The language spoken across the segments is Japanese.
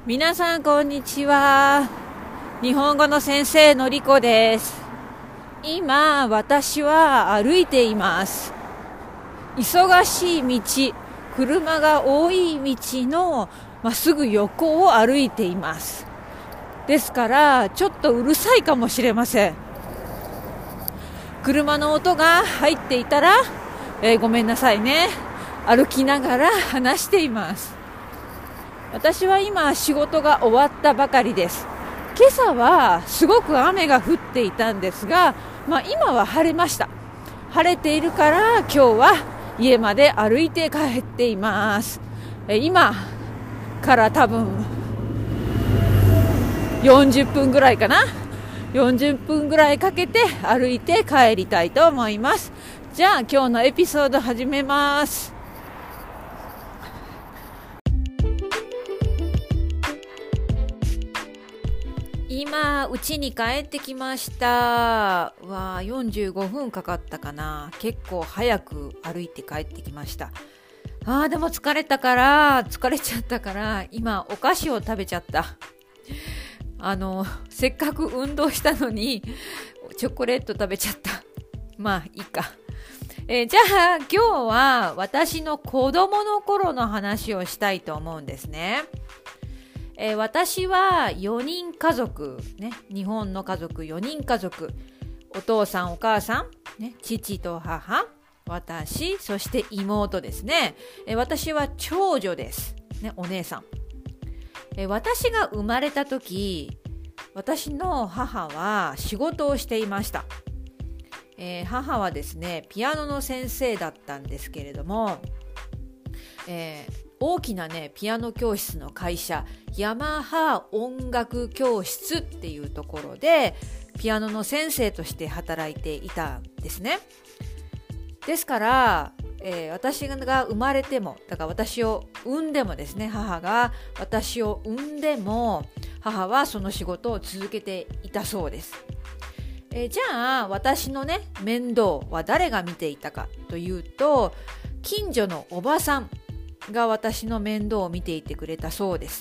皆さんこんにちは。日本語の先生のりこです。今私は歩いています。忙しい道、車が多い道のすぐ横を歩いています。ですからちょっとうるさいかもしれません。車の音が入っていたら、ごめんなさいね。歩きながら話しています。私は今仕事が終わったばかりです。今朝はすごく雨が降っていたんですが、今は晴れました。晴れているから今日は家まで歩いて帰っています。今から多分40分ぐらいかな。40分ぐらいかけて歩いて帰りたいと思います。じゃあ今日のエピソード始めます。今家に帰ってきました。45分かかったかな。結構早く歩いて帰ってきました。でも疲れちゃったから今お菓子を食べちゃった。せっかく運動したのにチョコレート食べちゃった。いいか。じゃあ今日は私の子供の頃の話をしたいと思うんですね。私は4人家族、日本の家族4人家族、お父さんお母さん、父と母、私、そして妹ですね。私は長女です、お姉さん。私が生まれた時、私の母は仕事をしていました。母はですね、ピアノの先生だったんですけれども、大きなピアノ教室の会社、ヤマハ音楽教室っていうところでピアノの先生として働いていたんですね。ですから、私が生まれても、だから私を産んでもですね、母が私を産んでも母はその仕事を続けていたそうです。じゃあ私の面倒は誰が見ていたかというと、近所のおばさんが私の面倒を見ていてくれたそうです。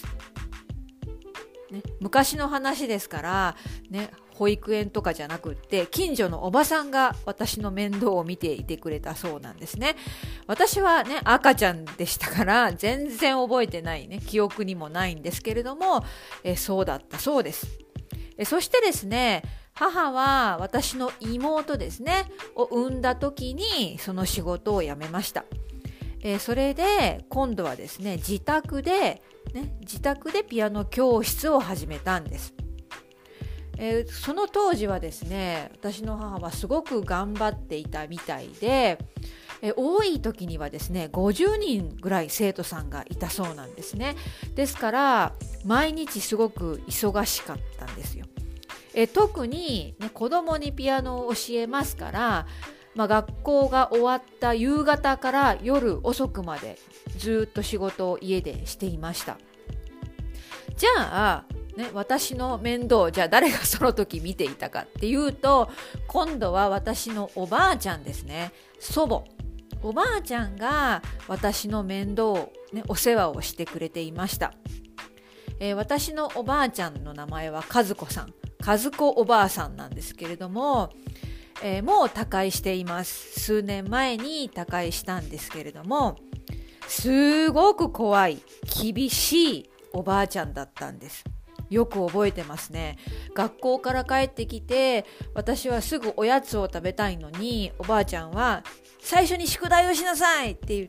昔の話ですから、保育園とかじゃなくって近所のおばさんが私の面倒を見ていてくれたそうなんですね。私は赤ちゃんでしたから全然覚えてない記憶にもないんですけれども、そうだったそうです。そしてですね、母は私の妹ですねを産んだ時にその仕事を辞めました。それで今度はですね、自宅でピアノ教室を始めたんです。その当時はですね、私の母はすごく頑張っていたみたいで、多い時にはですね50人ぐらい生徒さんがいたそうなんですね。ですから毎日すごく忙しかったんですよ。特に、子供にピアノを教えますから、学校が終わった夕方から夜遅くまでずっと仕事を家でしていました。じゃあ、私の面倒、じゃあ誰がその時見ていたかっていうと、今度は私のおばあちゃんですね。祖母。おばあちゃんが私の面倒を、お世話をしてくれていました。私のおばあちゃんの名前は和子さん。和子おばあさんなんですけれども、もう他界しています。数年前に他界したんですけれども、すごく怖い、厳しいおばあちゃんだったんです。よく覚えてますね。学校から帰ってきて、私はすぐおやつを食べたいのに、おばあちゃんは最初に宿題をしなさいって言って、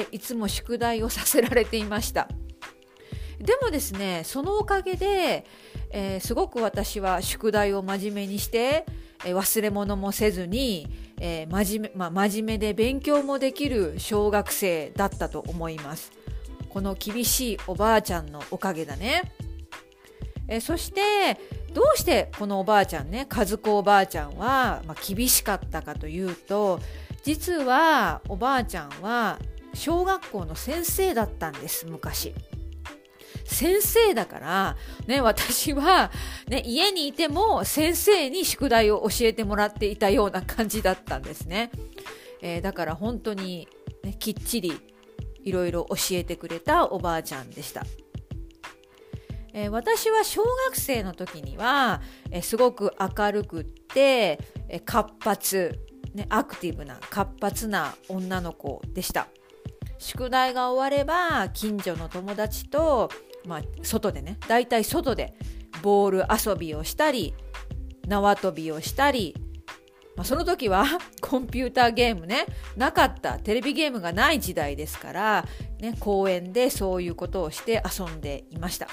いつも宿題をさせられていました。でもですね、そのおかげで、すごく私は宿題を真面目にして、忘れ物もせずに、真面目で勉強もできる小学生だったと思います。この厳しいおばあちゃんのおかげだね。そしてどうしてこのおばあちゃん和子おばあちゃんは、厳しかったかというと、実はおばあちゃんは小学校の先生だったんです。昔先生だから、私は、家にいても先生に宿題を教えてもらっていたような感じだったんですね。だから本当に、きっちりいろいろ教えてくれたおばあちゃんでした。 私は小学生の時には、すごく明るくって、活発、アクティブな活発な女の子でした。宿題が終われば近所の友達と、外でね、だいたい外でボール遊びをしたり縄跳びをしたり、その時はコンピューターゲームね、なかった、テレビゲームがない時代ですから、公園でそういうことをして遊んでいました。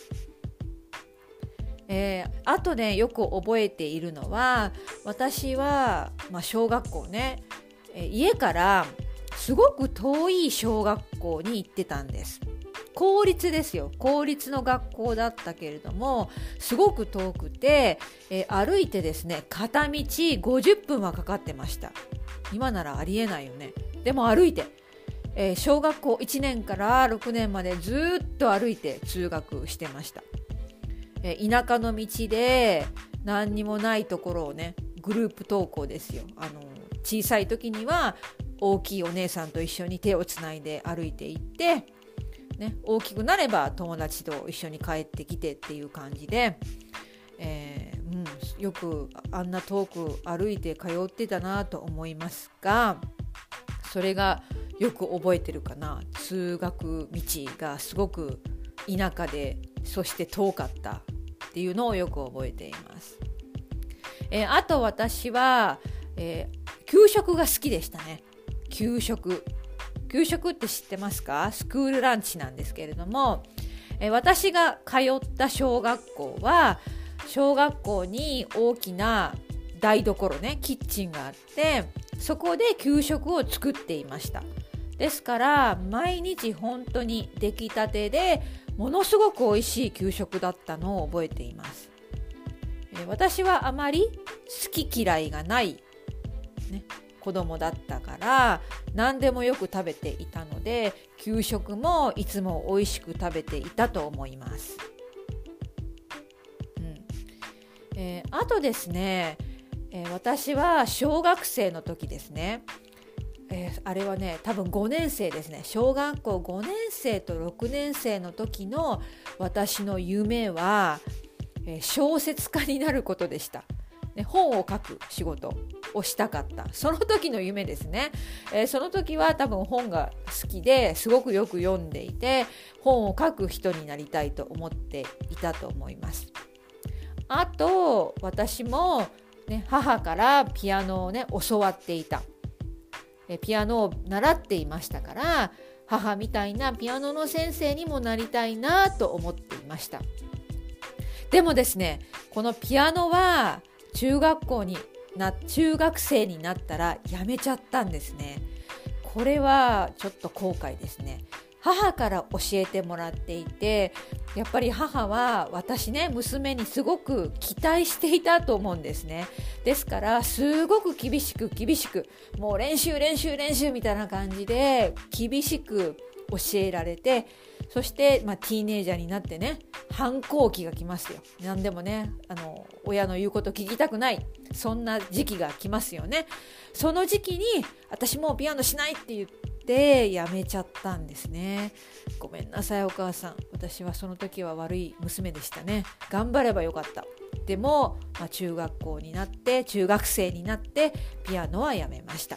あとね、よく覚えているのは、私は、小学校ね、家からすごく遠い小学校に行ってたんです。公立ですよ。公立の学校だったけれども、すごく遠くて、歩いてですね、片道50分はかかってました。今ならありえないよね。でも歩いて、小学校1年から6年までずっと歩いて通学してました。田舎の道で何にもないところをね、グループ登校ですよ。小さい時には大きいお姉さんと一緒に手をつないで歩いていって、大きくなれば友達と一緒に帰ってきてっていう感じで、よくあんな遠く歩いて通ってたなと思いますが、それがよく覚えてるかな。通学道がすごく田舎で、そして遠かったっていうのをよく覚えています。あと私は、給食が好きでしたね。給食って知ってますか？スクールランチなんですけれども、私が通った小学校は、小学校に大きな台所ね、キッチンがあって、そこで給食を作っていました。ですから毎日本当に出来たてでものすごく美味しい給食だったのを覚えています。私はあまり好き嫌いがない、子供だったから何でもよく食べていたので、給食もいつも美味しく食べていたと思います。あとですね、私は小学生の時ですね、あれはね、多分5年生ですね。小学校5年生と6年生の時の私の夢は、小説家になることでした。本を書く仕事をしたかった。その時の夢ですね。その時は多分本が好きですごくよく読んでいて、本を書く人になりたいと思っていたと思います。あと私も、母からピアノを教わっていた。ピアノを習っていましたから、母みたいなピアノの先生にもなりたいなと思っていました。でもですね、このピアノは中学生になったらやめちゃったんですね。これはちょっと後悔ですね。母から教えてもらっていて、やっぱり母は私ね、娘にすごく期待していたと思うんですね。ですからすごく厳しくもう練習みたいな感じで厳しく教えられて、そして、ティーネイジャーになってね、反抗期が来ますよ。何でもね、親の言うこと聞きたくない、そんな時期が来ますよね。その時期に私もうピアノしないって言ってやめちゃったんですね。ごめんなさいお母さん、私はその時は悪い娘でしたね。頑張ればよかった。でも、中学生になってピアノはやめました。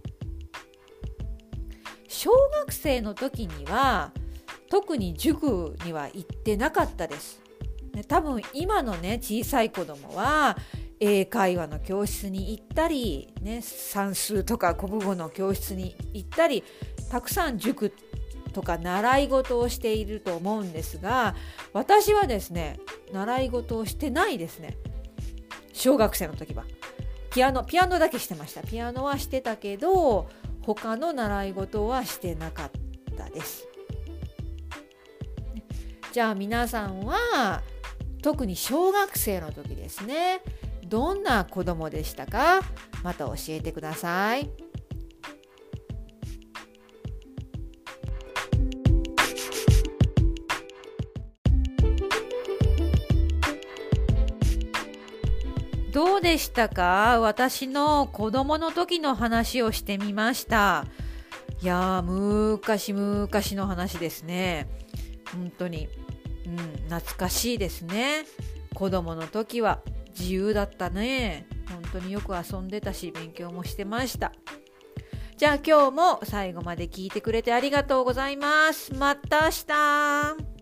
小学生の時には特に塾には行ってなかったです。多分今のね、小さい子供は英会話の教室に行ったり、算数とか国語の教室に行ったり、たくさん塾とか習い事をしていると思うんですが、私はですね、習い事をしてないですね。小学生の時はピアノだけしてました。ピアノはしてたけど他の習い事はしてなかったです。じゃあ皆さんは特に小学生の時ですね、どんな子供でしたか？また教えてください。どうでしたか？私の子供の時の話をしてみました。いやー、昔の話ですね。本当に懐かしいですね。子供の時は自由だったね。本当によく遊んでたし、勉強もしてました。じゃあ今日も最後まで聞いてくれてありがとうございます。また明日。